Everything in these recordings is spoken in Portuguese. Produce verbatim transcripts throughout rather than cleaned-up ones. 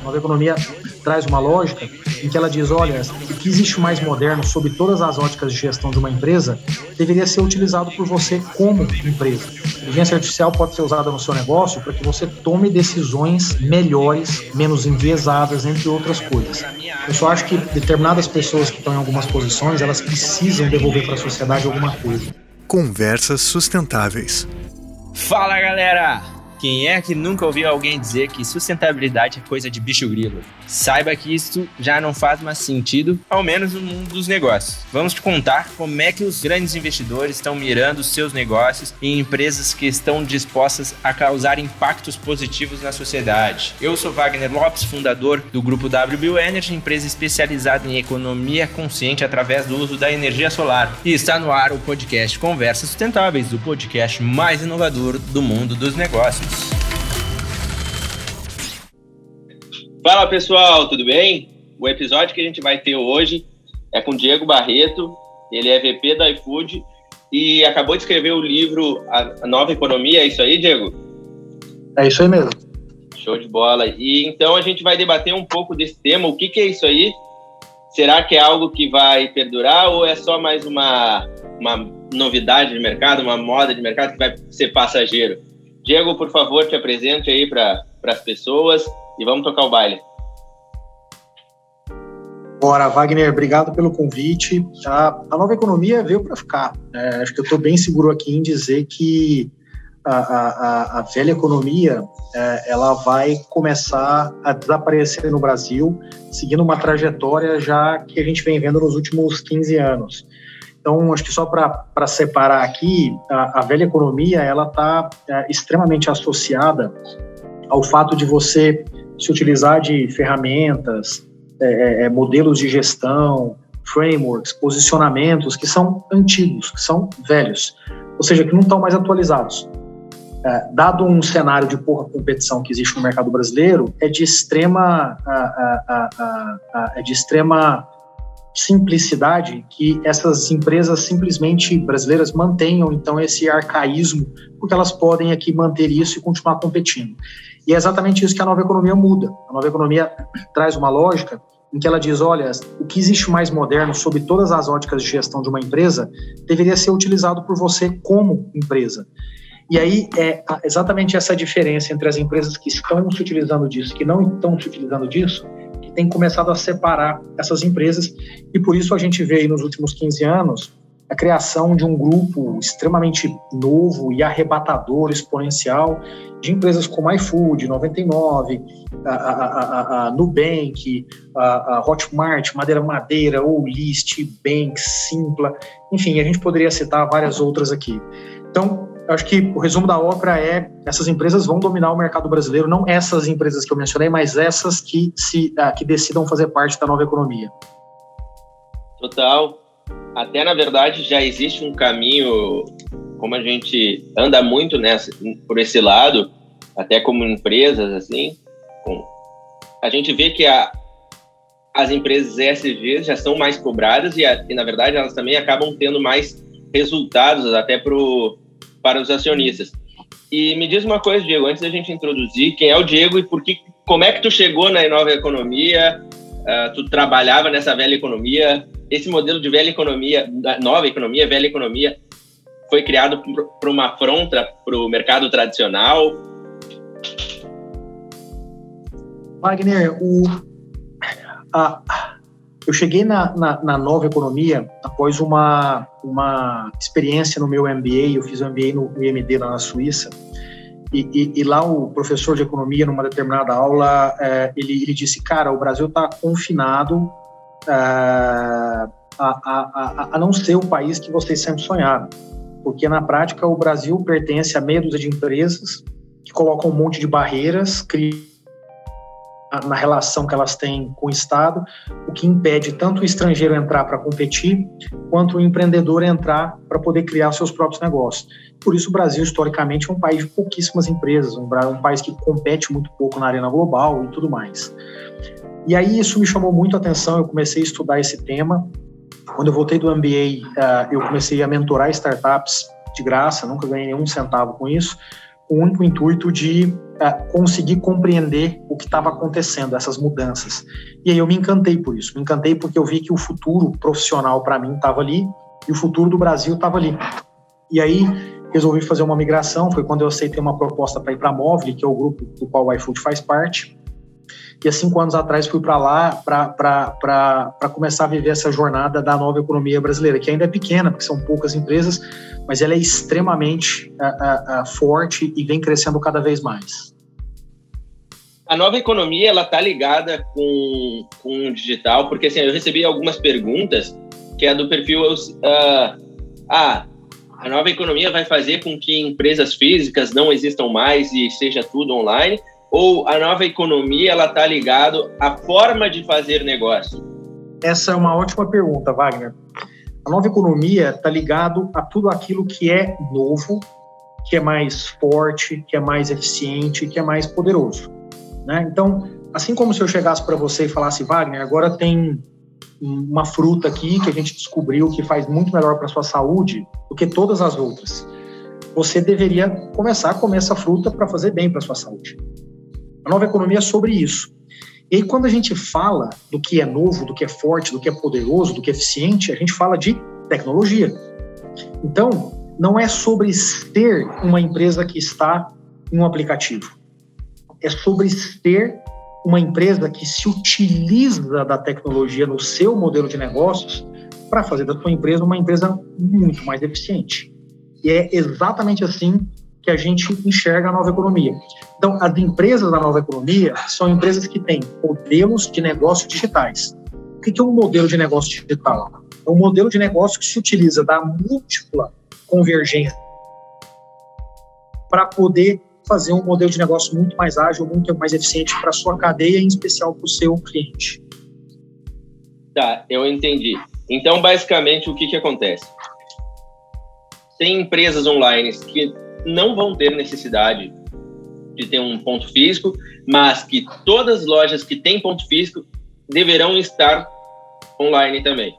A nova economia traz uma lógica em que ela diz, olha, o que existe mais moderno sob todas as óticas de gestão de uma empresa deveria ser utilizado por você como empresa. A inteligência artificial pode ser usada no seu negócio para que você tome decisões melhores, menos enviesadas, entre outras coisas. Eu só acho que determinadas pessoas que estão em algumas posições, elas precisam devolver para a sociedade alguma coisa. Conversas sustentáveis. Fala, galera! Quem é que nunca ouviu alguém dizer que sustentabilidade é coisa de bicho grilo? Saiba que isso já não faz mais sentido, ao menos no mundo dos negócios. Vamos te contar como é que os grandes investidores estão mirando seus negócios em empresas que estão dispostas a causar impactos positivos na sociedade. Eu sou Wagner Lopes, fundador do grupo W B Energy, empresa especializada em economia consciente através do uso da energia solar. E está no ar o podcast Conversas Sustentáveis, o podcast mais inovador do mundo dos negócios. Fala pessoal, tudo bem? O episódio que a gente vai ter hoje é com o Diego Barreto, ele é V P da iFood e acabou de escrever o livro A Nova Economia, é isso aí, Diego? É isso aí mesmo. Show de bola. E então a gente vai debater um pouco desse tema, o que, que é isso aí? Será que é algo que vai perdurar ou é só mais uma, uma novidade de mercado, uma moda de mercado que vai ser passageiro? Diego, por favor, te apresente aí para as pessoas e vamos tocar o baile. Bora, Wagner, obrigado pelo convite. A, a nova economia veio para ficar. É, acho que eu estou bem seguro aqui em dizer que a, a, a velha economia é, ela vai começar a desaparecer no Brasil, seguindo uma trajetória já que a gente vem vendo nos últimos quinze anos. Então, acho que só para separar aqui, a, a velha economia ela está é, extremamente associada ao fato de você se utilizar de ferramentas, é, é, modelos de gestão, frameworks, posicionamentos que são antigos, que são velhos, ou seja, que não estão mais atualizados. É, dado um cenário de pouca competição que existe no mercado brasileiro, é de extrema, a, a, a, a, a, é de extrema simplicidade que essas empresas simplesmente brasileiras mantenham, então, esse arcaísmo, porque elas podem aqui manter isso e continuar competindo. E é exatamente isso que a nova economia muda. A nova economia traz uma lógica em que ela diz, olha, o que existe mais moderno sob todas as óticas de gestão de uma empresa deveria ser utilizado por você como empresa. E aí é exatamente essa diferença entre as empresas que estão se utilizando disso e que não estão se utilizando disso, que tem começado a separar essas empresas, e por isso a gente vê aí nos últimos quinze anos a criação de um grupo extremamente novo e arrebatador, exponencial, de empresas como iFood, noventa e nove, a, a, a, a Nubank, a, a Hotmart, Madeira Madeira, Olist, Bank, Simpla, enfim, a gente poderia citar várias outras aqui. Então, eu acho que o resumo da ópera é essas empresas vão dominar o mercado brasileiro, não essas empresas que eu mencionei, mas essas que, se, uh, que decidam fazer parte da nova economia. Total. Até, na verdade, já existe um caminho, como a gente anda muito nessa, por esse lado, até como empresas, assim, com, a gente vê que a, as empresas E S G já são mais cobradas e, a, e, na verdade, elas também acabam tendo mais resultados até pro, para os acionistas. E me diz uma coisa, Diego, antes da gente introduzir, quem é o Diego e por que, como é que tu chegou na nova economia? Uh, tu trabalhava nessa velha economia? Esse modelo de velha economia, nova economia, velha economia, foi criado por uma afronta para o mercado tradicional? Wagner, o, a, eu cheguei na, na, na nova economia após uma, uma experiência no meu M B A. Eu fiz um M B A no, no I M D lá na Suíça. E, e, e lá o professor de economia, numa determinada aula, é, ele, ele disse, cara, o Brasil está confinado é, a, a, a, a não ser o país que vocês sempre sonharam. Porque, na prática, o Brasil pertence a meia dúzia de empresas que colocam um monte de barreiras, criam na relação que elas têm com o Estado, o que impede tanto o estrangeiro entrar para competir, quanto o empreendedor entrar para poder criar seus próprios negócios. Por isso, o Brasil, historicamente, é um país de pouquíssimas empresas, um, um país que compete muito pouco na arena global e tudo mais. E aí, isso me chamou muito a atenção, eu comecei a estudar esse tema. Quando eu voltei do M B A, uh, eu comecei a mentorar startups de graça, nunca ganhei nenhum centavo com isso, com o único intuito de uh, conseguir compreender o que estava acontecendo, essas mudanças. E aí eu me encantei por isso, me encantei porque eu vi que o futuro profissional para mim estava ali e o futuro do Brasil estava ali. E aí resolvi fazer uma migração, foi quando eu aceitei uma proposta para ir para a Movile, que é o grupo do qual o iFood faz parte. E há cinco anos atrás fui para lá para começar a viver essa jornada da nova economia brasileira, que ainda é pequena, porque são poucas empresas, mas ela é extremamente uh, uh, uh, forte e vem crescendo cada vez mais. A nova economia, ela está ligada com, com o digital, porque assim, eu recebi algumas perguntas, que é do perfil, uh, ah, a nova economia vai fazer com que empresas físicas não existam mais e seja tudo online, ou a nova economia ela está ligada à forma de fazer negócio? Essa é uma ótima pergunta, Wagner. A nova economia está ligada a tudo aquilo que é novo, que é mais forte, que é mais eficiente, que é mais poderoso, né? Então, assim como se eu chegasse para você e falasse, Wagner, agora tem uma fruta aqui que a gente descobriu que faz muito melhor para a sua saúde do que todas as outras. Você deveria começar a comer essa fruta para fazer bem para a sua saúde. A nova economia é sobre isso. E aí, quando a gente fala do que é novo, do que é forte, do que é poderoso, do que é eficiente, a gente fala de tecnologia. Então, não é sobre ser uma empresa que está em um aplicativo. É sobre ser uma empresa que se utiliza da tecnologia no seu modelo de negócios para fazer da sua empresa uma empresa muito mais eficiente. E é exatamente assim que a gente enxerga a nova economia. Então, as empresas da nova economia são empresas que têm modelos de negócio digitais. O que é um modelo de negócio digital? É um modelo de negócio que se utiliza da múltipla convergência para poder fazer um modelo de negócio muito mais ágil, muito mais eficiente para a sua cadeia, em especial para o seu cliente. Tá, eu entendi. Então, basicamente, o que, que acontece? Tem empresas online que não vão ter necessidade de ter um ponto físico, mas que todas as lojas que têm ponto físico deverão estar online também.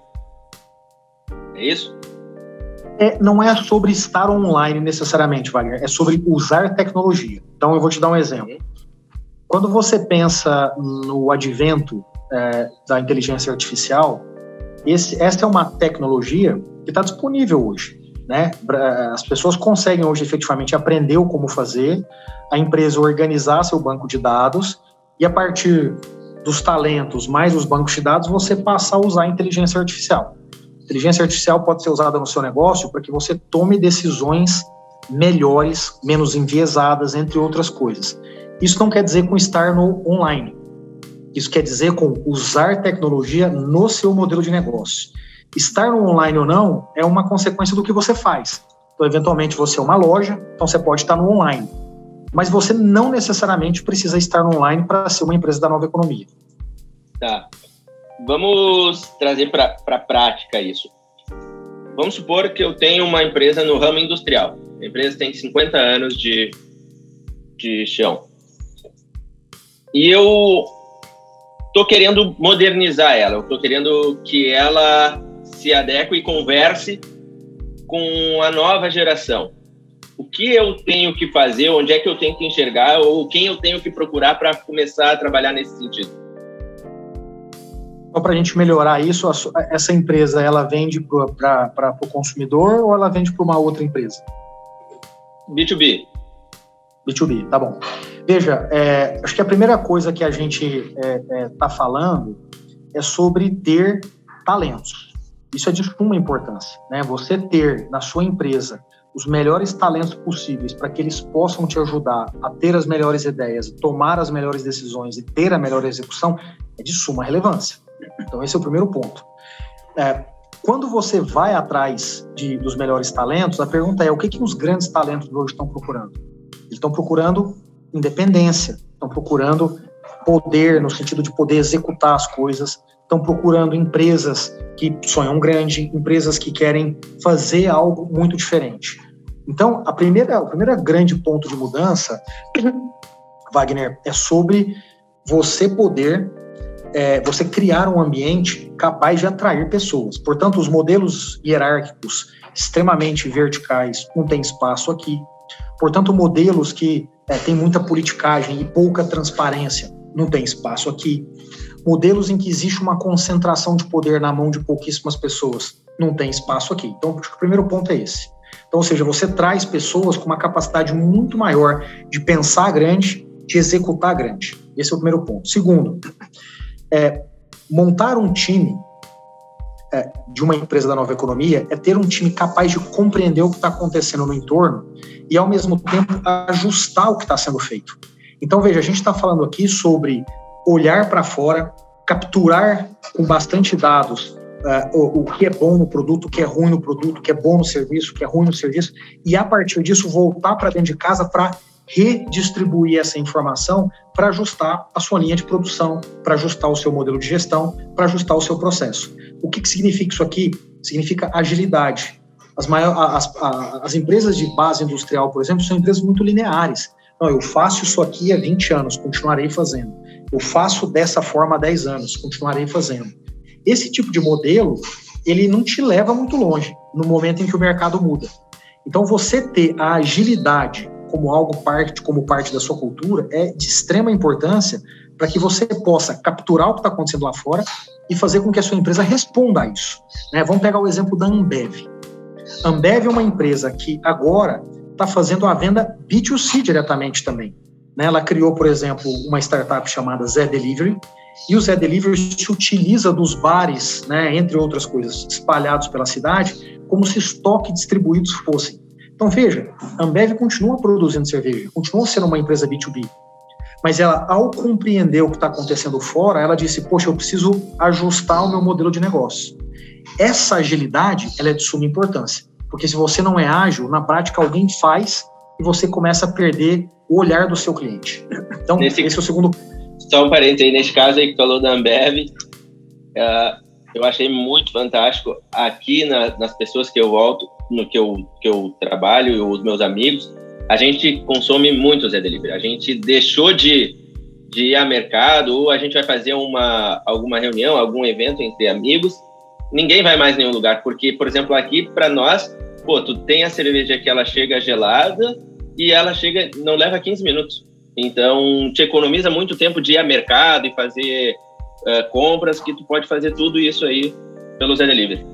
É isso? É, não é sobre estar online necessariamente, Wagner, é sobre usar tecnologia. Então, eu vou te dar um exemplo. Quando você pensa no advento é, da inteligência artificial, esse, essa é uma tecnologia que está disponível hoje, né? As pessoas conseguem hoje efetivamente aprender o como fazer, a empresa organizar seu banco de dados e a partir dos talentos mais os bancos de dados, você passa a usar a inteligência artificial. A inteligência artificial pode ser usada no seu negócio para que você tome decisões melhores, menos enviesadas, entre outras coisas. Isso não quer dizer com estar no online. Isso quer dizer com usar tecnologia no seu modelo de negócio. Estar no online ou não é uma consequência do que você faz. Então, eventualmente, você é uma loja, então você pode estar no online. Mas você não necessariamente precisa estar no online para ser uma empresa da nova economia. Tá. Vamos trazer para a prática isso. Vamos supor que eu tenho uma empresa no ramo industrial. A empresa tem cinquenta anos de, de chão. E eu estou querendo modernizar ela. Eu estou querendo que ela se adeque e converse com a nova geração. O que eu tenho que fazer, onde é que eu tenho que enxergar ou quem eu tenho que procurar para começar a trabalhar nesse sentido? Então, para a gente melhorar isso, essa empresa, ela vende para o consumidor ou ela vende para uma outra empresa? B dois B. B dois B, tá bom. Veja, é, acho que a primeira coisa que a gente está é, é, tá falando é sobre ter talentos. Isso é de suma importância, né? Você ter na sua empresa os melhores talentos possíveis para que eles possam te ajudar a ter as melhores ideias, tomar as melhores decisões e ter a melhor execução é de suma relevância. Então, esse é o primeiro ponto. É, quando você vai atrás de, dos melhores talentos, a pergunta é o que, que os grandes talentos hoje estão procurando? Eles estão procurando independência, estão procurando poder, no sentido de poder executar as coisas, estão procurando empresas que sonham grande, empresas que querem fazer algo muito diferente. Então, a primeira, o primeiro grande ponto de mudança, Wagner, é sobre você poder, é, você criar um ambiente capaz de atrair pessoas. Portanto, os modelos hierárquicos extremamente verticais não têm espaço aqui. Portanto, modelos que é, têm muita politicagem e pouca transparência Não tem espaço aqui. Modelos em que existe uma concentração de poder na mão de pouquíssimas pessoas. Não tem espaço aqui. Então, acho que o primeiro ponto é esse. Então, ou seja, você traz pessoas com uma capacidade muito maior de pensar grande, de executar grande. Esse é o primeiro ponto. Segundo, é, montar um time é, de uma empresa da nova economia é ter um time capaz de compreender o que está acontecendo no entorno e, ao mesmo tempo, ajustar o que está sendo feito. Então, veja, a gente está falando aqui sobre olhar para fora, capturar com bastante dados uh, o, o que é bom no produto, o que é ruim no produto, o que é bom no serviço, o que é ruim no serviço, e, a partir disso, voltar para dentro de casa para redistribuir essa informação para ajustar a sua linha de produção, para ajustar o seu modelo de gestão, para ajustar o seu processo. O que, que significa isso aqui? Significa agilidade. As, maior, as, as empresas de base industrial, por exemplo, são empresas muito lineares. Não, eu faço isso aqui há vinte anos, continuarei fazendo. Eu faço dessa forma há dez anos, continuarei fazendo. Esse tipo de modelo, ele não te leva muito longe no momento em que o mercado muda. Então, você ter a agilidade como algo parte, como parte da sua cultura é de extrema importância para que você possa capturar o que está acontecendo lá fora e fazer com que a sua empresa responda a isso. Né? Vamos pegar o exemplo da Ambev. A Ambev é uma empresa que agora está fazendo a venda B dois C diretamente também. Né? Ela criou, por exemplo, uma startup chamada Zé Delivery, e o Zé Delivery se utiliza dos bares, né, entre outras coisas, espalhados pela cidade, como se estoque distribuídos fossem. Então, veja, a Ambev continua produzindo cerveja, continua sendo uma empresa B dois B, mas ela, ao compreender o que está acontecendo fora, ela disse, poxa, eu preciso ajustar o meu modelo de negócio. Essa agilidade, ela é de suma importância, porque se você não é ágil, na prática alguém faz e você começa a perder o olhar do seu cliente. Então, nesse, esse é o segundo... Só um parênteses aí, nesse caso aí que falou da Ambev, uh, eu achei muito fantástico. Aqui, na, nas pessoas que eu volto, no que eu, que eu trabalho, e os meus amigos, a gente consome muito Zé Delivery. A gente deixou de, de ir a mercado, ou a gente vai fazer uma, alguma reunião, algum evento entre amigos, ninguém vai mais em nenhum lugar, porque, por exemplo, aqui, para nós, pô, tu tem a cerveja que ela chega gelada e ela chega, não leva quinze minutos. Então, te economiza muito tempo de ir a mercado e fazer uh, compras, que tu pode fazer tudo isso aí pelo Zé Delivery.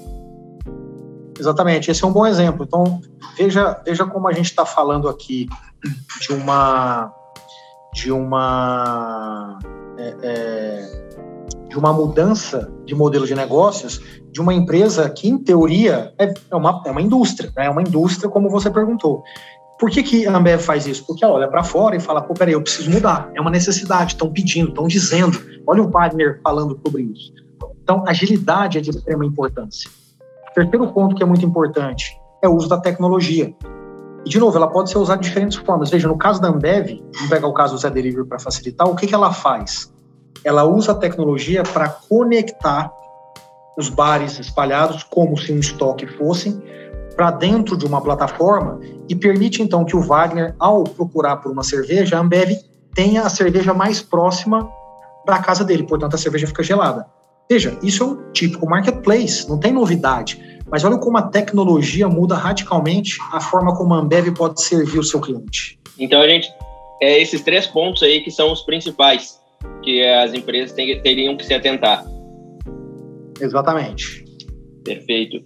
Exatamente, esse é um bom exemplo. Então, veja, veja como a gente está falando aqui de uma, de uma, é, é, de uma mudança de modelo de negócios de uma empresa que, em teoria, é, é, uma, é uma indústria, né? É uma indústria, como você perguntou. Por que, que a Ambev faz isso? Porque ela olha para fora e fala, pô, peraí, eu preciso mudar, é uma necessidade, estão pedindo, estão dizendo. Olha o Wagner falando sobre isso. Então, agilidade é de extrema importância. Terceiro ponto que é muito importante é o uso da tecnologia. E, de novo, ela pode ser usada de diferentes formas. Veja, no caso da Ambev, vamos pegar o caso do Zé Delivery para facilitar, o que, que ela faz? Ela usa a tecnologia para conectar os bares espalhados, como se um estoque fossem, para dentro de uma plataforma e permite, então, que o Wagner, ao procurar por uma cerveja, a Ambev tenha a cerveja mais próxima da casa dele, portanto, a cerveja fica gelada. Veja, isso é um típico marketplace, não tem novidade, mas olha como a tecnologia muda radicalmente a forma como a Ambev pode servir o seu cliente. Então, a gente, é esses três pontos aí que são os principais que as empresas tem, teriam que se atentar. Exatamente. Perfeito.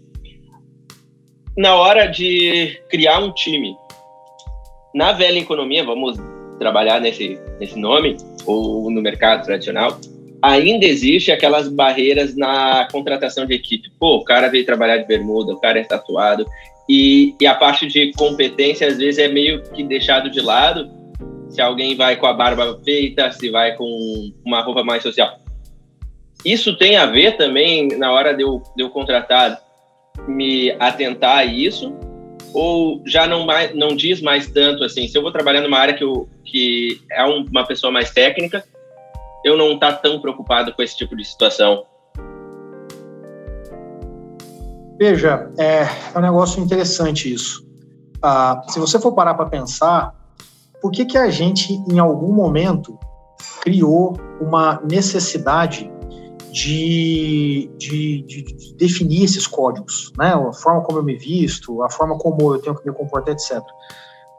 Na hora de criar um time, na velha economia, vamos trabalhar nesse, nesse nome, ou no mercado tradicional, ainda existe aquelas barreiras na contratação de equipe. Pô, o cara veio trabalhar de bermuda, o cara é tatuado, e, e a parte de competência, às vezes, é meio que deixado de lado, se alguém vai com a barba feita, se vai com uma roupa mais social. Isso tem a ver também, na hora de eu, de eu contratar, me atentar a isso, ou já não, mais, não diz mais tanto assim, se eu vou trabalhar numa área que, eu, que é um, uma pessoa mais técnica, eu não tá tão preocupado com esse tipo de situação? Veja, é, é um negócio interessante isso. Ah, se você for parar para pensar, por que que a gente, em algum momento, criou uma necessidade De, de, de definir esses códigos, né? A forma como eu me visto, a forma como eu tenho que me comportar, etcétera.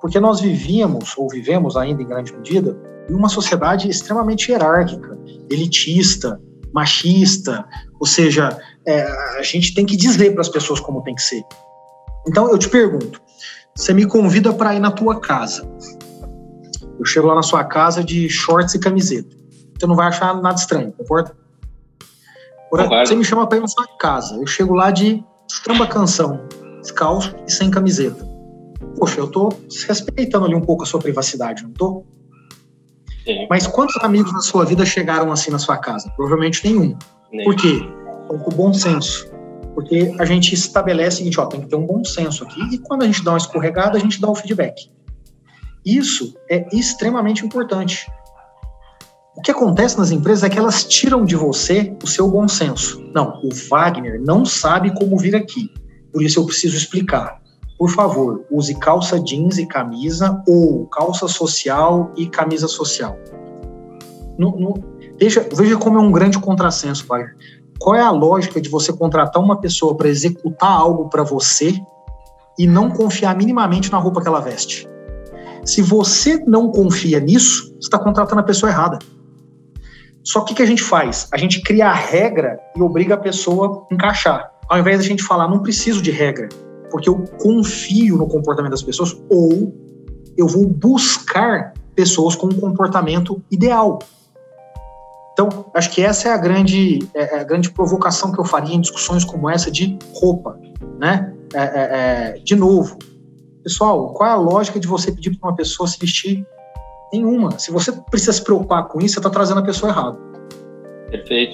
Porque nós vivíamos, ou vivemos ainda em grande medida, em uma sociedade extremamente hierárquica, elitista, machista, ou seja, é, a gente tem que dizer para as pessoas como tem que ser. Então, eu te pergunto, você me convida para ir na tua casa. Eu chego lá na sua casa de shorts e camiseta. Você não vai achar nada estranho, concorda? Agora, você me chama para ir na sua casa. Eu chego lá de samba canção, descalço e sem camiseta. Poxa, eu tô respeitando ali um pouco a sua privacidade, não tô? Sim. Mas quantos amigos na sua vida chegaram assim na sua casa? Provavelmente nenhum. Nem. Por quê? Com bom senso. Porque a gente estabelece o seguinte, ó, tem que ter um bom senso aqui, e quando a gente dá uma escorregada, a gente dá o feedback. Isso é extremamente importante. O que acontece nas empresas é que elas tiram de você o seu bom senso. Não, o Wagner não sabe como vir aqui, por isso eu preciso explicar. Por favor, use calça jeans e camisa, ou calça social e camisa social. No, no, veja, veja como é um grande contrassenso, Wagner. Qual é a lógica de você contratar uma pessoa para executar algo para você e não confiar minimamente na roupa que ela veste? Se você não confia nisso, você está contratando a pessoa errada. Só que o que a gente faz? A gente cria a regra e obriga a pessoa a encaixar. Ao invés de a gente falar, não preciso de regra, porque eu confio no comportamento das pessoas, ou eu vou buscar pessoas com um comportamento ideal. Então, acho que essa é a grande, é a grande provocação que eu faria em discussões como essa de roupa, né? É, é, é, de novo, pessoal, qual é a lógica de você pedir para uma pessoa se vestir? Nenhuma. Se você precisa se preocupar com isso, você está trazendo a pessoa errada. Perfeito.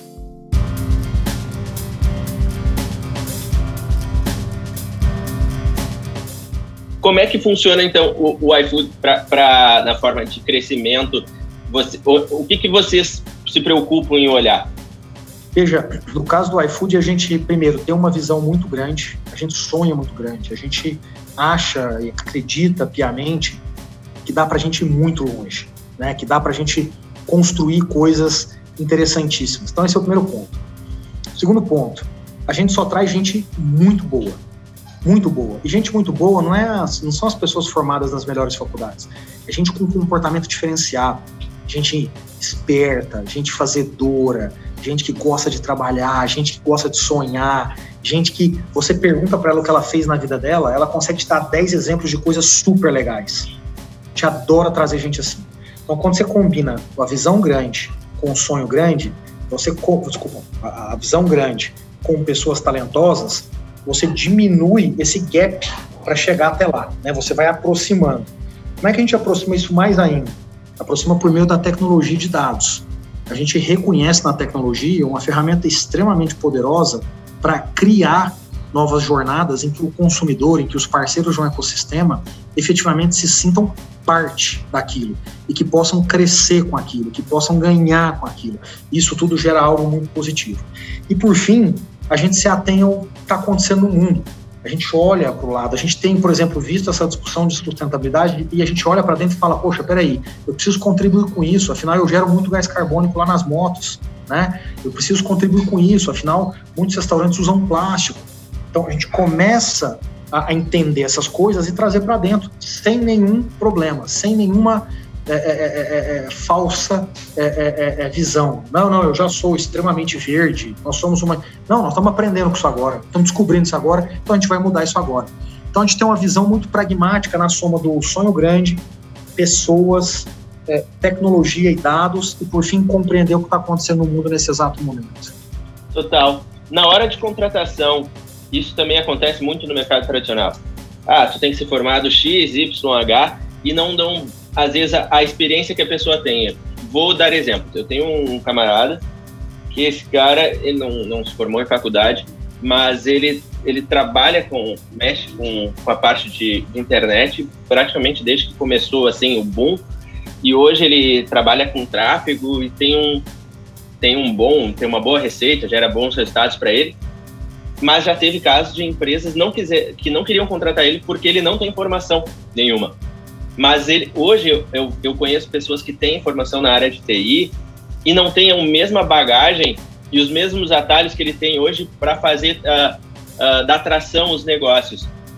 Como é que funciona, então, o, o iFood pra, pra, na forma de crescimento? Você, o, o que, que vocês se preocupam em olhar? Veja, no caso do iFood, a gente, primeiro, tem uma visão muito grande, a gente sonha muito grande, a gente acha e acredita piamente que dá para a gente ir muito longe, né? Que dá para a gente construir coisas interessantíssimas. Então, esse é o primeiro ponto. Segundo ponto, a gente só traz gente muito boa, muito boa. E gente muito boa não, é, não são as pessoas formadas nas melhores faculdades, é gente com comportamento diferenciado, gente esperta, gente fazedora, gente que gosta de trabalhar, gente que gosta de sonhar, gente que você pergunta para ela o que ela fez na vida dela, ela consegue te dar dez exemplos de coisas super legais. A gente adora trazer gente assim. Então, quando você combina a visão grande com o sonho grande, você, desculpa, a visão grande com pessoas talentosas, você diminui esse gap para chegar até lá, né? Você vai aproximando. Como é que a gente aproxima isso mais ainda? Aproxima por meio da tecnologia de dados. A gente reconhece na tecnologia uma ferramenta extremamente poderosa para criar novas jornadas em que o consumidor, em que os parceiros de um ecossistema efetivamente se sintam parte daquilo e que possam crescer com aquilo, que possam ganhar com aquilo. Isso tudo gera algo muito positivo. E por fim, a gente se atém ao que está acontecendo no mundo. A gente olha para o lado, a gente tem, por exemplo, visto essa discussão de sustentabilidade e a gente olha para dentro e fala, poxa, peraí, eu preciso contribuir com isso, afinal eu gero muito gás carbônico lá nas motos, né? Eu preciso contribuir com isso, afinal muitos restaurantes usam plástico. Então a gente começa a entender essas coisas e trazer para dentro, sem nenhum problema, sem nenhuma é, é, é, é, falsa é, é, é, visão. Não, não, eu já sou extremamente verde, nós somos uma... Não, nós estamos aprendendo com isso agora, estamos descobrindo isso agora, então a gente vai mudar isso agora. Então a gente tem uma visão muito pragmática na soma do sonho grande, pessoas, é, tecnologia e dados, e por fim compreender o que está acontecendo no mundo nesse exato momento. Total. Na hora de contratação, isso também acontece muito no mercado tradicional. Ah, tu tem que ser formado X, Y, H e não dão, às vezes, a, a experiência que a pessoa tenha. Vou dar exemplos. Eu tenho um camarada que esse cara, ele não, não se formou em faculdade, mas ele, ele trabalha com, mexe com, com a parte de, de internet praticamente desde que começou assim, o boom, e hoje ele trabalha com tráfego e tem, um, tem, um bom, tem uma boa receita, gera bons resultados para ele. Mas já teve casos de empresas não quiser, que não queriam contratar ele porque ele não tem formação nenhuma. Mas ele, hoje eu, eu, eu conheço pessoas que têm formação na área de T I e não têm a mesma bagagem e os mesmos atalhos que ele tem hoje para fazer uh, uh, da atração aos negócios.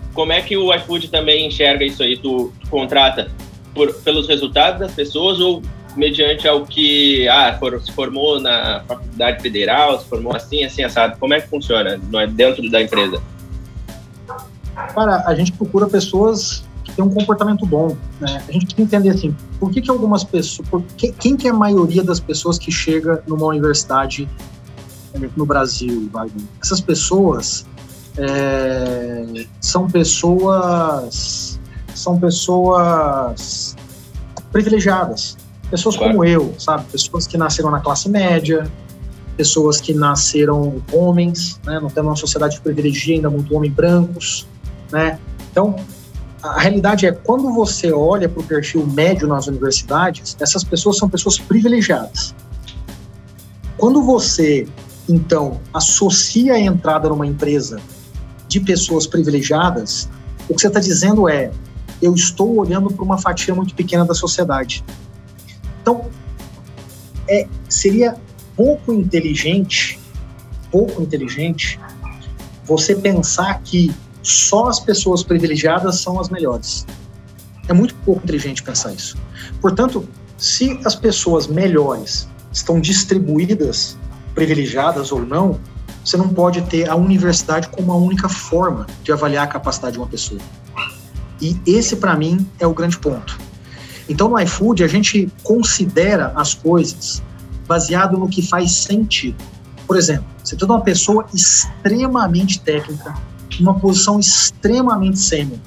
como é que o iFood também enxerga isso aí? Tu, tu contrata por, pelos resultados das pessoas ou mediante ao que ah, for, se formou na faculdade federal, se formou assim, assim, assado? Como é que funciona dentro da empresa? Cara, a gente procura pessoas que têm um comportamento bom, né? A gente precisa entender assim, por que que algumas pessoas, por que, quem que é a maioria das pessoas que chega numa universidade no Brasil, Wagner? Essas pessoas é, são pessoas são pessoas privilegiadas, pessoas claro. Como eu, sabe? Pessoas que nasceram na classe média, pessoas que nasceram homens, né? Não temos uma sociedade que privilegia ainda muito homens brancos, né? Então, a realidade é, quando você olha para o perfil médio nas universidades, essas pessoas são pessoas privilegiadas. Quando você, então, associa a entrada numa empresa de pessoas privilegiadas, o que você está dizendo é, eu estou olhando para uma fatia muito pequena da sociedade. Então, é, seria pouco inteligente, pouco inteligente, você pensar que só as pessoas privilegiadas são as melhores. É muito pouco inteligente pensar isso. Portanto, se as pessoas melhores estão distribuídas, privilegiadas ou não, você não pode ter a universidade como a única forma de avaliar a capacidade de uma pessoa. E esse, para mim, é o grande ponto. Então, no iFood, a gente considera as coisas baseado no que faz sentido. Por exemplo, você tem uma pessoa extremamente técnica, numa posição extremamente sênior.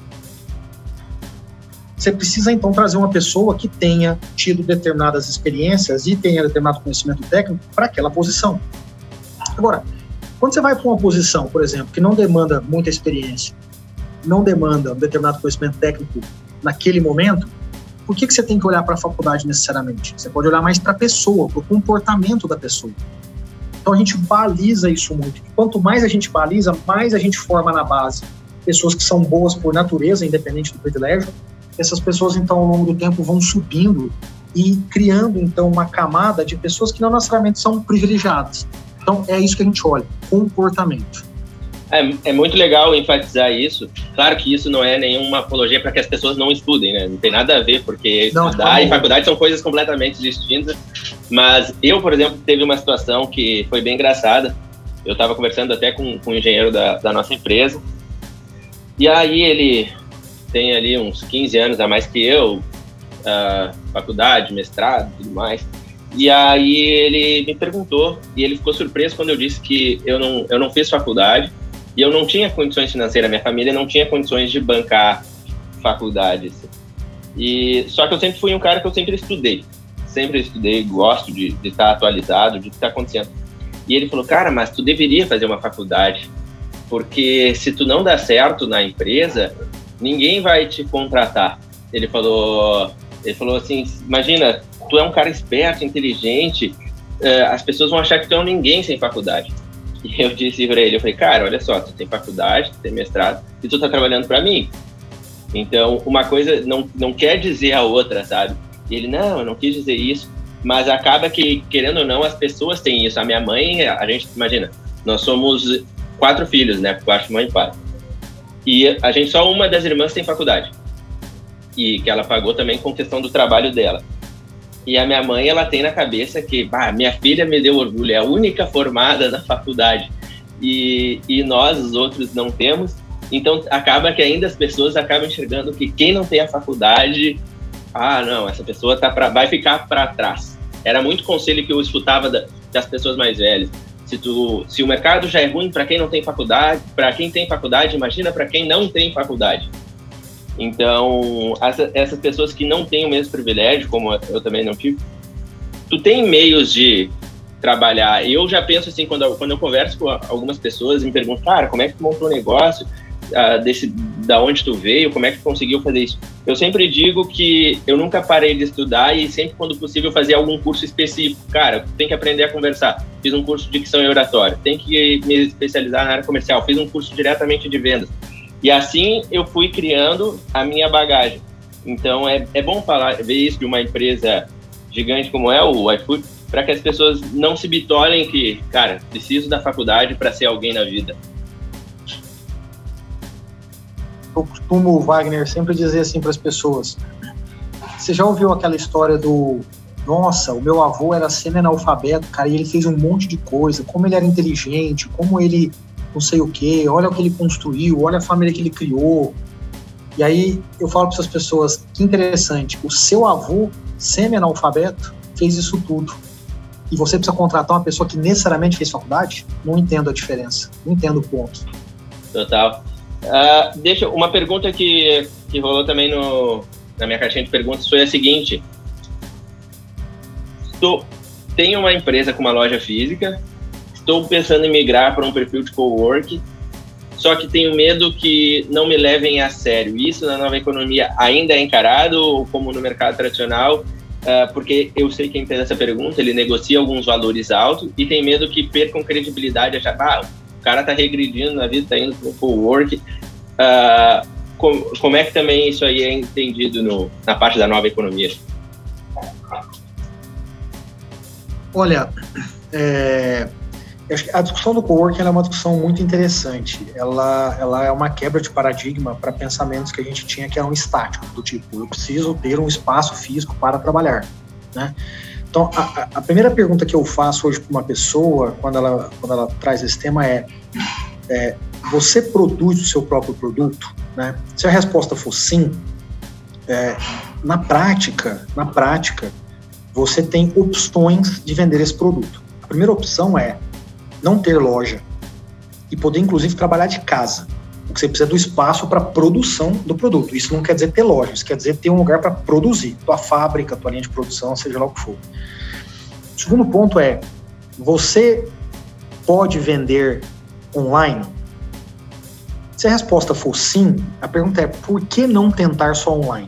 Você precisa, então, trazer uma pessoa que tenha tido determinadas experiências e tenha determinado conhecimento técnico para aquela posição. Agora, quando você vai para uma posição, por exemplo, que não demanda muita experiência, não demanda um determinado conhecimento técnico naquele momento, por que que você tem que olhar para a faculdade necessariamente? Você pode olhar mais para a pessoa, para o comportamento da pessoa. Então a gente baliza isso muito. Quanto mais a gente baliza, mais a gente forma na base pessoas que são boas por natureza, independente do privilégio. Essas pessoas, então, ao longo do tempo, vão subindo e criando, então, uma camada de pessoas que não necessariamente são privilegiadas. Então é isso que a gente olha, comportamento. É, é muito legal enfatizar isso. Claro que isso não é nenhuma apologia para que as pessoas não estudem, né? Não tem nada a ver, porque não, estudar e faculdade são coisas completamente distintas. Mas eu, por exemplo, teve uma situação que foi bem engraçada. Eu estava conversando até com, com um engenheiro da, da nossa empresa. E aí ele tem ali uns quinze anos a mais que eu, uh, faculdade, mestrado e tudo mais. E aí ele me perguntou, e ele ficou surpreso quando eu disse que eu não, eu não fiz faculdade, e eu não tinha condições financeiras, minha família não tinha condições de bancar faculdades. E, só que eu sempre fui um cara que eu sempre estudei. Sempre estudei, gosto de, de estar atualizado, de estar acontecendo. E ele falou, cara, mas tu deveria fazer uma faculdade, porque se tu não dá certo na empresa, ninguém vai te contratar. Ele falou, ele falou assim, imagina, tu é um cara esperto, inteligente, as pessoas vão achar que tu é um ninguém sem faculdade. E eu disse para ele, eu falei, cara, olha só, tu tem faculdade, tu tem mestrado, e tu tá trabalhando para mim. Então, uma coisa não, não quer dizer a outra, sabe? E ele, não, eu não quis dizer isso, mas acaba que, querendo ou não, as pessoas têm isso. A minha mãe, a gente, imagina, nós somos quatro filhos, né, quatro mãe e pai. E a gente, só uma das irmãs tem faculdade. E que ela pagou também com questão do trabalho dela. E a minha mãe, ela tem na cabeça que, bah, minha filha me deu orgulho, é a única formada na faculdade. E, e nós, os outros, não temos. Então, acaba que ainda as pessoas acabam enxergando que quem não tem a faculdade, ah, não, essa pessoa tá pra, vai ficar para trás. Era muito conselho que eu escutava da, das pessoas mais velhas. Se, tu, se o mercado já é ruim para quem não tem faculdade, para quem tem faculdade, imagina para quem não tem faculdade. Então, essa, essas pessoas que não têm o mesmo privilégio, como eu também não tive, tu tem meios de trabalhar. Eu já penso assim, quando eu, quando eu converso com algumas pessoas e me perguntam, cara, como é que tu montou um negócio, uh, desse, da onde tu veio, como é que tu conseguiu fazer isso? Eu sempre digo que eu nunca parei de estudar e sempre, quando possível, fazer algum curso específico. Cara, tu tem que aprender a conversar. Fiz um curso de dicção e oratória. Tem que me especializar na área comercial. Fiz um curso diretamente de vendas. E assim eu fui criando a minha bagagem. Então é, é bom falar, ver isso de uma empresa gigante como é o iFood, para que as pessoas não se bitolem que, cara, preciso da faculdade para ser alguém na vida. eu costumo, Wagner, sempre dizer assim para as pessoas, você já ouviu aquela história do, nossa, o meu avô era semi-analfabeto, cara, e ele fez um monte de coisa, como ele era inteligente, como ele não sei o quê, olha o que ele construiu, olha a família que ele criou. E aí eu falo para essas pessoas, que interessante, o seu avô semi-analfabeto fez isso tudo. E você precisa contratar uma pessoa que necessariamente fez faculdade? Não entendo a diferença, não entendo o ponto. Total. Uh, deixa uma pergunta que, que rolou também no, na minha caixinha de perguntas foi a seguinte. Estou, tenho uma empresa com uma loja física, estou pensando em migrar para um perfil de cowork, só que tenho medo que não me levem a sério. Isso na nova economia ainda é encarado como no mercado tradicional? Uh, porque eu sei quem fez essa pergunta, ele negocia alguns valores altos e tem medo que percam credibilidade, achar, ah, o cara tá regredindo na vida, tá indo pro co-work. Uh, com, como é que também isso aí é entendido no, na parte da nova economia? Olha, é, eu acho que a discussão do co-work é uma discussão muito interessante. Ela, ela é uma quebra de paradigma para pensamentos que a gente tinha que eram estáticos, do tipo, eu preciso ter um espaço físico para trabalhar, né? Então, a, a primeira pergunta que eu faço hoje para uma pessoa, quando ela, quando ela traz esse tema, é, é você produz o seu próprio produto? Né? Se a resposta for sim, é, na prática, na prática, você tem opções de vender esse produto. A primeira opção é não ter loja e poder, inclusive, trabalhar de casa. Porque você precisa do espaço para produção do produto. Isso não quer dizer ter loja, isso quer dizer ter um lugar para produzir. Tua fábrica, tua linha de produção, seja lá o que for. O segundo ponto é, você pode vender online? Se a resposta for sim, a pergunta é, por que não tentar só online?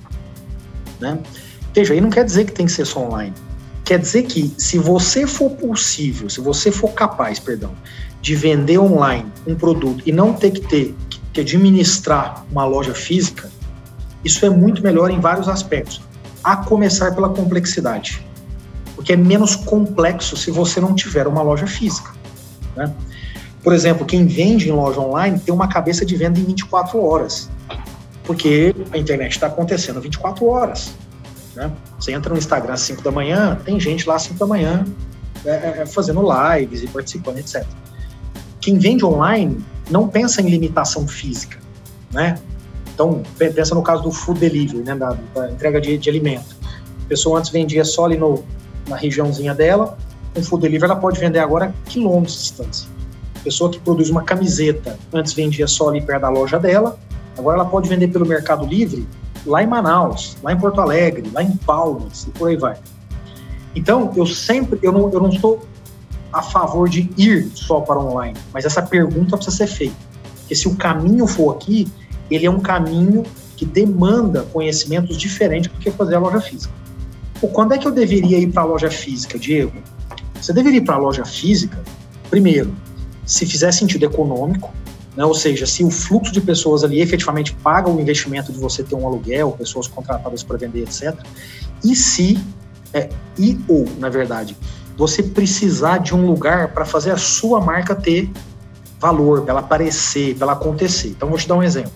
Né? Veja, aí não quer dizer que tem que ser só online. Quer dizer que se você for possível, se você for capaz, perdão, de vender online um produto e não ter que ter que administrar uma loja física, isso é muito melhor em vários aspectos, a começar pela complexidade, porque é menos complexo se você não tiver uma loja física, né? Por exemplo, quem vende em loja online tem uma cabeça de venda em vinte e quatro horas, porque a internet está acontecendo vinte e quatro horas, né? Você entra no Instagram às cinco da manhã, tem gente lá às cinco da manhã é, é, fazendo lives e participando, etcétera. Quem vende online não pensa em limitação física, né? Então, pensa no caso do food delivery, né? da, da entrega de, de alimento. A pessoa antes vendia só ali no, na regiãozinha dela, com food delivery ela pode vender agora quilômetros de distância. A pessoa que produz uma camiseta antes vendia só ali perto da loja dela, agora ela pode vender pelo Mercado Livre lá em Manaus, lá em Porto Alegre, lá em Palmas e por aí vai. Então, eu sempre, eu não, eu não estou a favor de ir só para online, mas essa pergunta precisa ser feita, porque se o caminho for aqui, ele é um caminho que demanda conhecimentos diferentes do que fazer a loja física. Pô, quando é que eu deveria ir para a loja física, Diego? Você deveria ir para a loja física, primeiro, se fizer sentido econômico, né? Ou seja, se o fluxo de pessoas ali efetivamente paga o investimento de você ter um aluguel, pessoas contratadas para vender, etcétera. E se, é, e ou, na verdade, você precisar de um lugar para fazer a sua marca ter valor, para ela aparecer, para ela acontecer. Então, vou te dar um exemplo.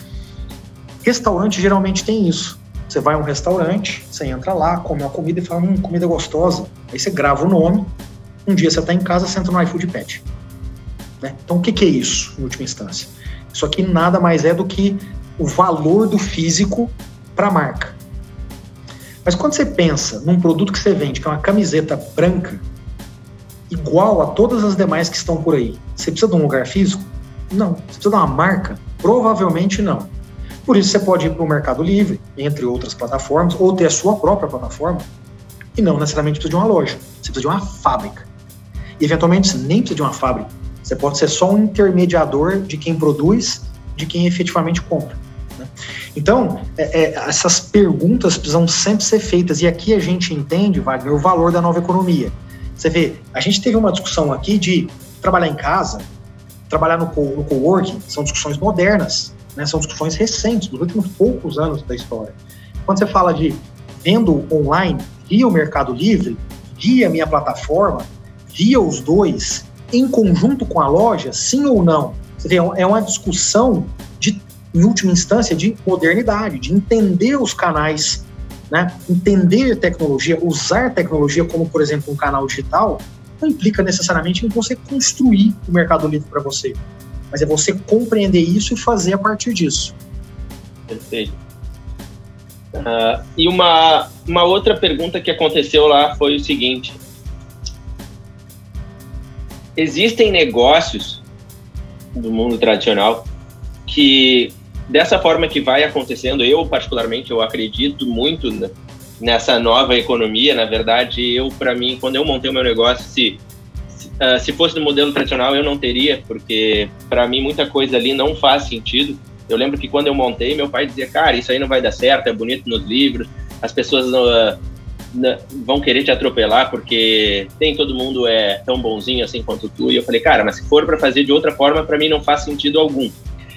Restaurante geralmente tem isso. Você vai a um restaurante, você entra lá, come uma comida e fala, hum, comida gostosa. Aí você grava o nome, um dia você está em casa, você entra no iFood Pet. Né? Então, o que, que é isso, em última instância? Isso aqui nada mais é do que o valor do físico para a marca. Mas quando você pensa num produto que você vende, que é uma camiseta branca, igual a todas as demais que estão por aí, você precisa de um lugar físico? Não. Você precisa de uma marca? Provavelmente não. Por isso você pode ir para o Mercado Livre, entre outras plataformas, ou ter a sua própria plataforma, e não necessariamente precisa de uma loja. Você precisa de uma fábrica. E eventualmente você nem precisa de uma fábrica. Você pode ser só um intermediador de quem produz, de quem efetivamente compra. Né? Então, é, é, essas perguntas precisam sempre ser feitas. E aqui a gente entende, Wagner, o valor da nova economia. Você vê, a gente teve uma discussão aqui de trabalhar em casa, trabalhar no, co- no coworking, são discussões modernas, né? São discussões recentes, dos últimos poucos anos da história. Quando você fala de vendo online, via o Mercado Livre, via a minha plataforma, via os dois, em conjunto com a loja, sim ou não? Você vê, é uma discussão de em última instância, de modernidade, de entender os canais, né? Entender tecnologia, usar tecnologia como, por exemplo, um canal digital, não implica necessariamente em você construir o Mercado Livre para você, mas é você compreender isso e fazer a partir disso. Perfeito. Uh, e uma, uma outra pergunta que aconteceu lá foi o seguinte: existem negócios do mundo tradicional que, dessa forma que vai acontecendo, eu particularmente, eu acredito muito nessa nova economia. Na verdade, eu, para mim, quando eu montei o meu negócio, se, se, uh, se fosse do modelo tradicional, eu não teria, porque, para mim, muita coisa ali não faz sentido. Eu lembro que quando eu montei, meu pai dizia, cara, isso aí não vai dar certo, é bonito nos livros, as pessoas não, uh, não, vão querer te atropelar porque nem todo mundo é tão bonzinho assim quanto tu. E eu falei, cara, mas se for para fazer de outra forma, para mim não faz sentido algum.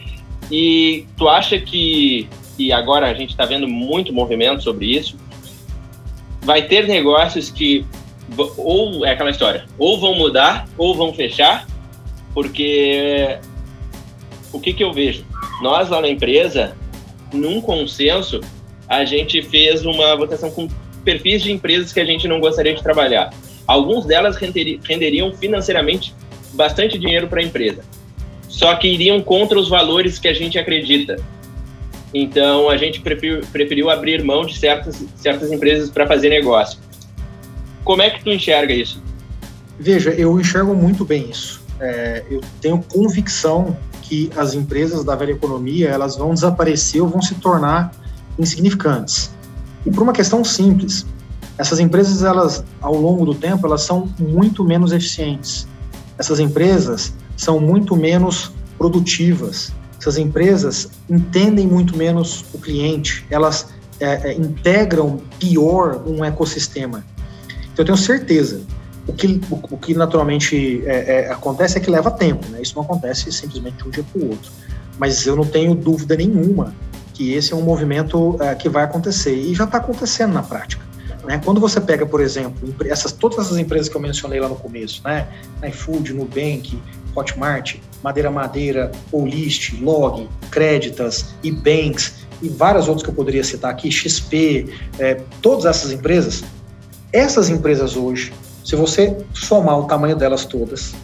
E tu acha que, e agora a gente está vendo muito movimento sobre isso, vai ter negócios que, ou é aquela história, ou vão mudar, ou vão fechar, porque o que que eu vejo? Nós lá na empresa, num consenso, a gente fez uma votação com perfis de empresas que a gente não gostaria de trabalhar. Algumas delas renderiam financeiramente bastante dinheiro para a empresa, só que iriam contra os valores que a gente acredita. Então, a gente preferiu, preferiu abrir mão de certas, certas empresas para fazer negócio. Como é que tu enxerga isso? Veja, eu enxergo muito bem isso. É, eu tenho convicção que as empresas da velha economia, elas vão desaparecer ou vão se tornar insignificantes. E por uma questão simples, essas empresas, elas, ao longo do tempo, elas são muito menos eficientes. Essas empresas são muito menos produtivas. Essas empresas entendem muito menos o cliente, elas é, é, integram pior um ecossistema. Então, eu tenho certeza, o que, o, o que naturalmente é, é, acontece é que leva tempo, né? Isso não acontece simplesmente de um dia para o outro. Mas eu não tenho dúvida nenhuma que esse é um movimento é, que vai acontecer, e já está acontecendo na prática. Né? Quando você pega, por exemplo, essas, todas essas empresas que eu mencionei lá no começo, né? iFood, Nubank, Hotmart, Madeira Madeira, Olist, Log, Creditas, Ebanks e várias outras que eu poderia citar aqui, X P, é, todas essas empresas, essas empresas hoje, se você somar o tamanho delas todas,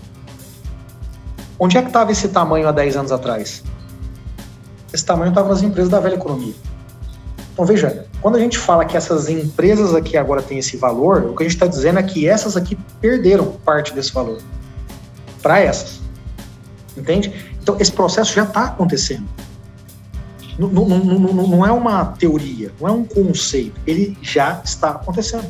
onde é que estava esse tamanho há dez anos atrás? Esse tamanho estava nas empresas da velha economia. Então veja, quando a gente fala que essas empresas aqui agora têm esse valor, o que a gente está dizendo é que essas aqui perderam parte desse valor para essas. Entende? Então, esse processo já está acontecendo. Não, não, não, não, não é uma teoria, não é um conceito. Ele já está acontecendo.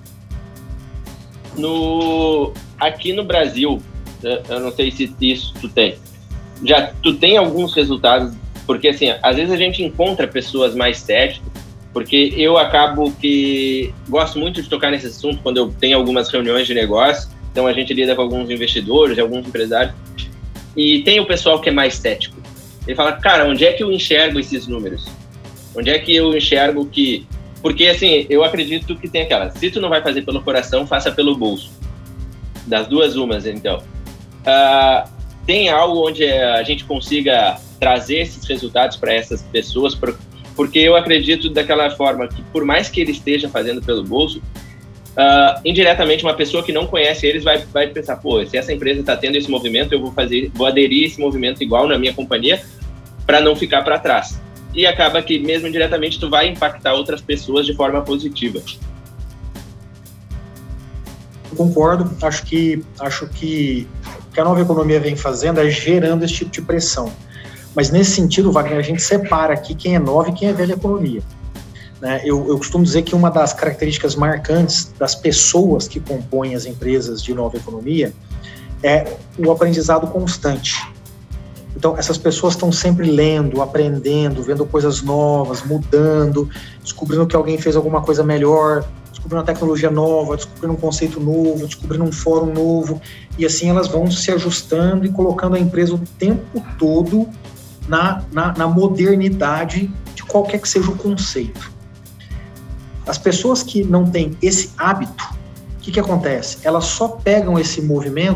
No, aqui no Brasil, eu não sei se isso tu tem. Já tu tem alguns resultados, porque assim, às vezes a gente encontra pessoas mais céticas, porque eu acabo que gosto muito de tocar nesse assunto quando eu tenho algumas reuniões de negócio. Então a gente lida com alguns investidores, alguns empresários, e tem o pessoal que é mais cético. Ele fala, cara, onde é que eu enxergo esses números? Onde é que eu enxergo que... Porque, assim, eu acredito que tem aquela, se tu não vai fazer pelo coração, faça pelo bolso. Das duas umas, então. Uh, tem algo onde a gente consiga trazer esses resultados para essas pessoas, porque eu acredito daquela forma que, por mais que ele esteja fazendo pelo bolso, Uh, indiretamente, uma pessoa que não conhece eles vai, vai pensar, pô, se essa empresa está tendo esse movimento, eu vou fazer, vou aderir a esse movimento igual na minha companhia para não ficar para trás. E acaba que, mesmo indiretamente, tu vai impactar outras pessoas de forma positiva. Eu concordo. Acho que, acho que o que a nova economia vem fazendo é gerando esse tipo de pressão. Mas, nesse sentido, Wagner, a gente separa aqui quem é nova e quem é velha economia. Eu, eu costumo dizer que uma das características marcantes das pessoas que compõem as empresas de nova economia é o aprendizado constante. Então, essas pessoas estão sempre lendo, aprendendo, vendo coisas novas, mudando, descobrindo que alguém fez alguma coisa melhor, descobrindo uma tecnologia nova, descobrindo um conceito novo, descobrindo um fórum novo, e assim elas vão se ajustando e colocando a empresa o tempo todo na, na, na modernidade de qualquer que seja o conceito. As pessoas que não têm esse hábito, o que, que acontece? Elas só pegam esse movimento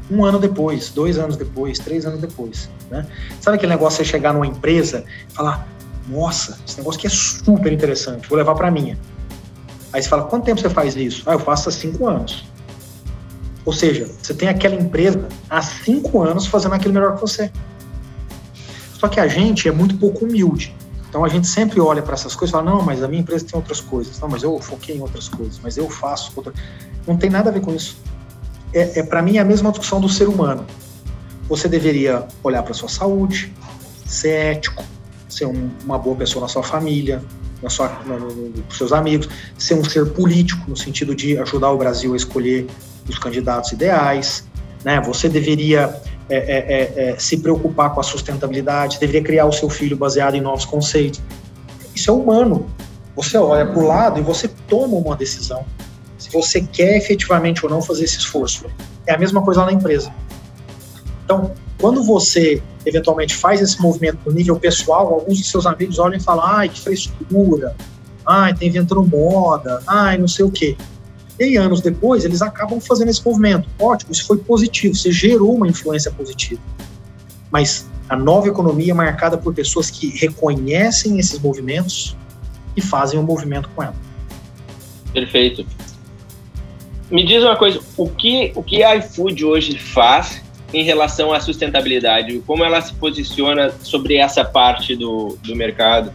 um ano depois, dois anos depois, três anos depois, né? Sabe aquele negócio de você chegar numa empresa e falar, nossa, esse negócio aqui é super interessante, vou levar para minha. Aí você fala, quanto tempo você faz isso? Ah, eu faço há cinco anos. Ou seja, você tem aquela empresa há cinco anos fazendo aquilo melhor que você. Só que a gente é muito pouco humilde. Então a gente sempre olha para essas coisas e fala, não, mas a minha empresa tem outras coisas. Não, mas eu foquei em outras coisas. Mas eu faço outra... Não tem nada a ver com isso. É, é para mim, é a mesma discussão do ser humano. Você deveria olhar para a sua saúde, ser ético, ser um, uma boa pessoa na sua família, na sua, no, no, nos seus amigos, ser um ser político, no sentido de ajudar o Brasil a escolher os candidatos ideais, né? Você deveria é, é, é, se preocupar com a sustentabilidade, deveria criar o seu filho baseado em novos conceitos. Isso é humano. Você olha para o lado e você toma uma decisão. Se você quer efetivamente ou não fazer esse esforço. É a mesma coisa lá na empresa. Então, quando você eventualmente faz esse movimento no nível pessoal, alguns de seus amigos olham e falam, ai, que frescura, ai, tá inventando moda, ai, não sei o quê. E aí, anos depois, eles acabam fazendo esse movimento. Ótimo, isso foi positivo, você gerou uma influência positiva. Mas a nova economia é marcada por pessoas que reconhecem esses movimentos e fazem o um movimento com ela. Perfeito. Me diz uma coisa, o que, o que a iFood hoje faz em relação à sustentabilidade? Como ela se posiciona sobre essa parte do, do mercado?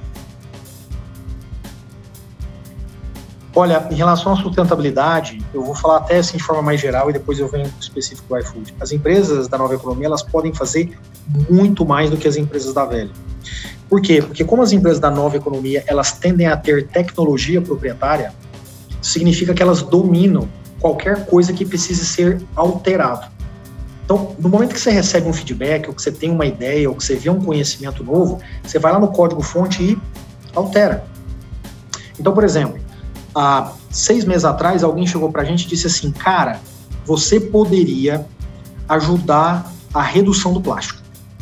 Olha, em relação à sustentabilidade, eu vou falar até assim de forma mais geral e depois eu venho específico do iFood. As empresas da nova economia, elas podem fazer muito mais do que as empresas da velha. Por quê? Porque como as empresas da nova economia, elas tendem a ter tecnologia proprietária, significa que elas dominam qualquer coisa que precise ser alterado. Então, no momento que você recebe um feedback, ou que você tem uma ideia, ou que você vê um conhecimento novo, você vai lá no código-fonte e altera. Então, por exemplo, há seis meses atrás, alguém chegou para a gente e disse assim, cara, você poderia ajudar a redução do plástico.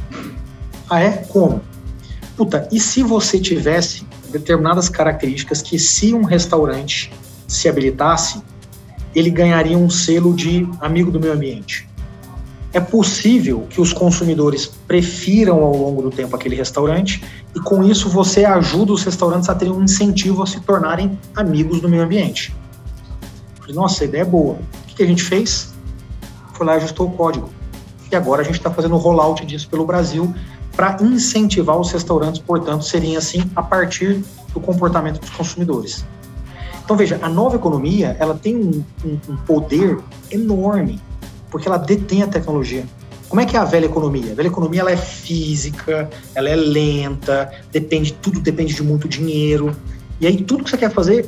Ah, é? Como? Puta, e se você tivesse determinadas características que se um restaurante se habilitasse, ele ganharia um selo de amigo do meio ambiente? É possível que os consumidores prefiram ao longo do tempo aquele restaurante e com isso você ajuda os restaurantes a terem um incentivo a se tornarem amigos do meio ambiente. Eu falei, nossa, a ideia é boa. O que a gente fez? Foi lá e ajustou o código. E agora a gente está fazendo o rollout disso pelo Brasil para incentivar os restaurantes, portanto, serem assim a partir do comportamento dos consumidores. Então veja, a nova economia ela tem um, um, um poder enorme, porque ela detém a tecnologia. Como é que é a velha economia? A velha economia ela é física, ela é lenta, depende, tudo depende de muito dinheiro, e aí tudo que você quer fazer,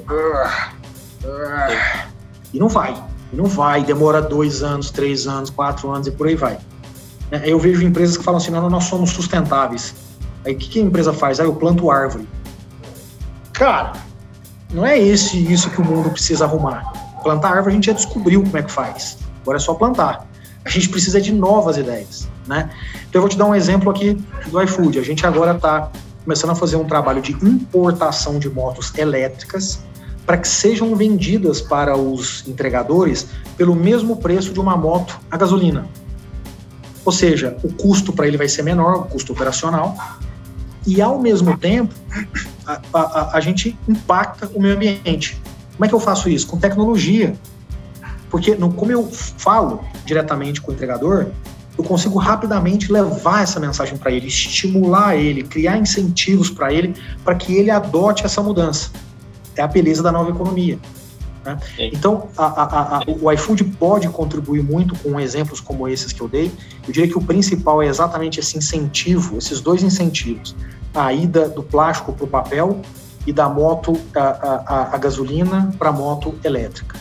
uh, uh, e não vai, e não vai, demora dois anos, três anos, quatro anos e por aí vai. Eu vejo empresas que falam assim, não, nós somos sustentáveis. Aí o que, que a empresa faz? Aí eu planto árvore. Cara, não é esse, isso que o mundo precisa arrumar. Plantar árvore a gente já descobriu como é que faz. Agora é só plantar. A gente precisa de novas ideias, né? Então eu vou te dar um exemplo aqui do iFood. A gente agora está começando a fazer um trabalho de importação de motos elétricas para que sejam vendidas para os entregadores pelo mesmo preço de uma moto a gasolina. Ou seja, o custo para ele vai ser menor, o custo operacional, e ao mesmo tempo a, a, a gente impacta o meio ambiente. Como é que eu faço isso? Com tecnologia. Porque no, como eu falo diretamente com o entregador, eu consigo rapidamente levar essa mensagem para ele, estimular ele, criar incentivos para ele, para que ele adote essa mudança. É a beleza da nova economia. Né? Então, a, a, a, o iFood pode contribuir muito com exemplos como esses que eu dei. Eu diria que o principal é exatamente esse incentivo, esses dois incentivos. A ida do plástico para o papel e da moto, a, a, a gasolina para a moto elétrica.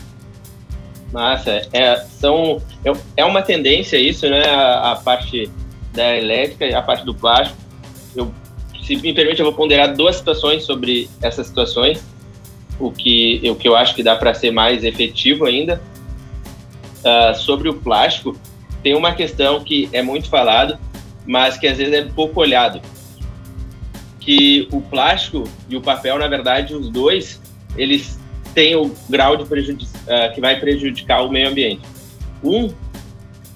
Massa, é, são, é uma tendência isso, né? A, a parte da elétrica e a parte do plástico. Eu, se me permite, eu vou ponderar duas situações sobre essas situações. O que, o que eu acho que dá para ser mais efetivo ainda. Uh, sobre o plástico, tem uma questão que é muito falado, mas que às vezes é pouco olhado. Que o plástico e o papel, na verdade, os dois, eles têm o grau de prejudici- uh, que vai prejudicar o meio ambiente. Um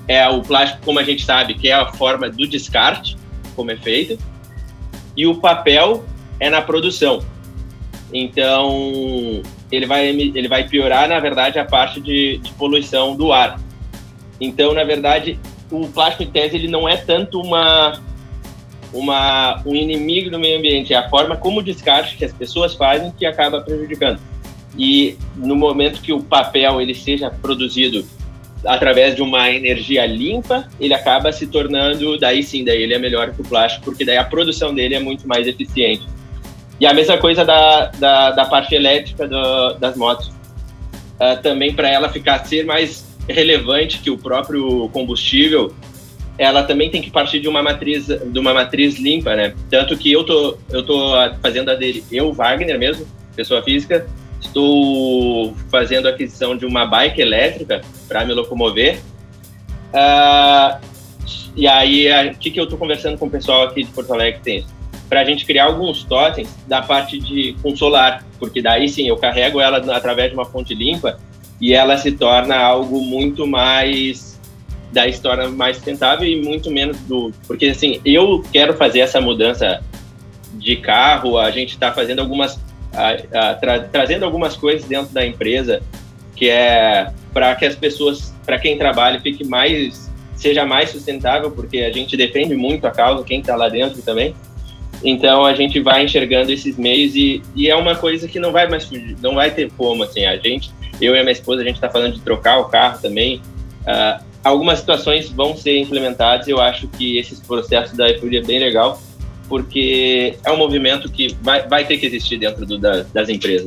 é o plástico, como a gente sabe, que é a forma do descarte, como é feito, e o papel é na produção. Então, ele vai, ele vai piorar, na verdade, a parte de, de poluição do ar. Então, na verdade, o plástico, em tese, ele não é tanto uma, uma, um inimigo do meio ambiente, é a forma como o descarte que as pessoas fazem que acaba prejudicando. E no momento que o papel ele seja produzido através de uma energia limpa, ele acaba se tornando, daí sim, daí ele é melhor que o plástico, porque daí a produção dele é muito mais eficiente. E a mesma coisa da, da, da parte elétrica do, das motos. Uh, também para ela ficar, ser mais relevante que o próprio combustível, ela também tem que partir de uma matriz, de uma matriz limpa, né? Tanto que eu tô, eu tô fazendo a dele, eu, Wagner mesmo, pessoa física, estou fazendo a aquisição de uma bike elétrica para me locomover. Uh, e aí, o que, que eu estou conversando com o pessoal aqui de Porto Alegre que tem? Para a gente criar alguns totens da parte de com solar, porque daí sim eu carrego ela através de uma fonte limpa e ela se torna algo muito mais, daí se torna mais sustentável e muito menos do... Porque assim, eu quero fazer essa mudança de carro, a gente está fazendo algumas... A, a, tra, trazendo algumas coisas dentro da empresa que é para que as pessoas, para quem trabalha, fique mais, seja mais sustentável, porque a gente defende muito a causa, quem está lá dentro também. Então a gente vai enxergando esses meios e, e é uma coisa que não vai mais fugir, não vai ter como, assim, a gente, eu e a minha esposa, a gente está falando de trocar o carro também. Uh, algumas situações vão ser implementadas, eu acho que esses processos da iFood é bem legal, porque é um movimento que vai, vai ter que existir dentro do, da, das empresas.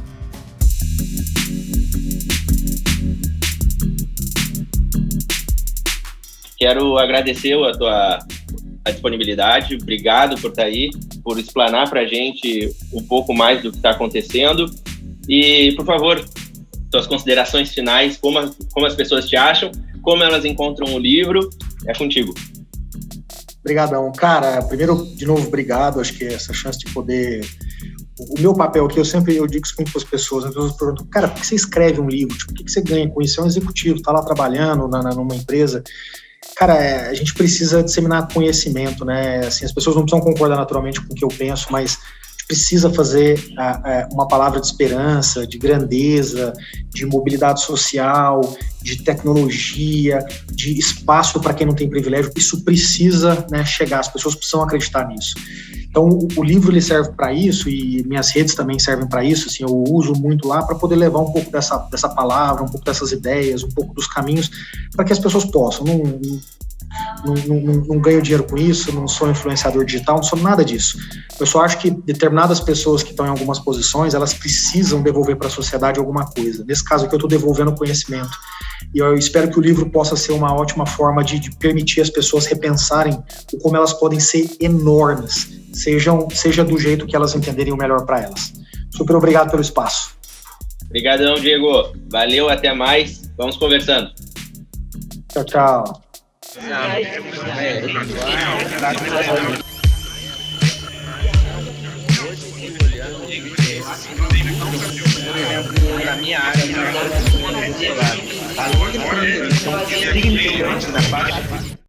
Quero agradecer a tua a disponibilidade, obrigado por estar aí, por explanar para a gente um pouco mais do que está acontecendo. E, por favor, suas considerações finais, como, a, como as pessoas te acham, como elas encontram o livro, é contigo. Obrigadão. Cara, primeiro, de novo, obrigado. Acho que essa chance de poder... O meu papel aqui, eu sempre eu digo isso muito para as pessoas, as pessoas perguntam, cara, por que você escreve um livro? Tipo, o que você ganha com isso? Você é um executivo, está lá trabalhando na, na, numa empresa. Cara, é, a gente precisa disseminar conhecimento, né? Assim, as pessoas não precisam concordar naturalmente com o que eu penso, mas a gente precisa fazer a, a, uma palavra de esperança, de grandeza, de mobilidade social, de tecnologia, de espaço para quem não tem privilégio. Isso precisa, né, chegar, as pessoas precisam acreditar nisso. Então, o, o livro ele serve para isso e minhas redes também servem para isso. Assim, eu uso muito lá para poder levar um pouco dessa, dessa palavra, um pouco dessas ideias, um pouco dos caminhos, para que as pessoas possam. Não, não, não, não, não ganho dinheiro com isso, não sou influenciador digital, não sou nada disso. Eu só acho que determinadas pessoas que estão em algumas posições, elas precisam devolver para a sociedade alguma coisa. Nesse caso aqui, eu estou devolvendo conhecimento. E eu espero que o livro possa ser uma ótima forma de, de permitir as pessoas repensarem o como elas podem ser enormes, sejam, seja do jeito que elas entenderem o melhor para elas. Super obrigado pelo espaço. Obrigadão, Diego. Valeu, até mais. Vamos conversando. Tchau, tchau. Na minha área, na minha área,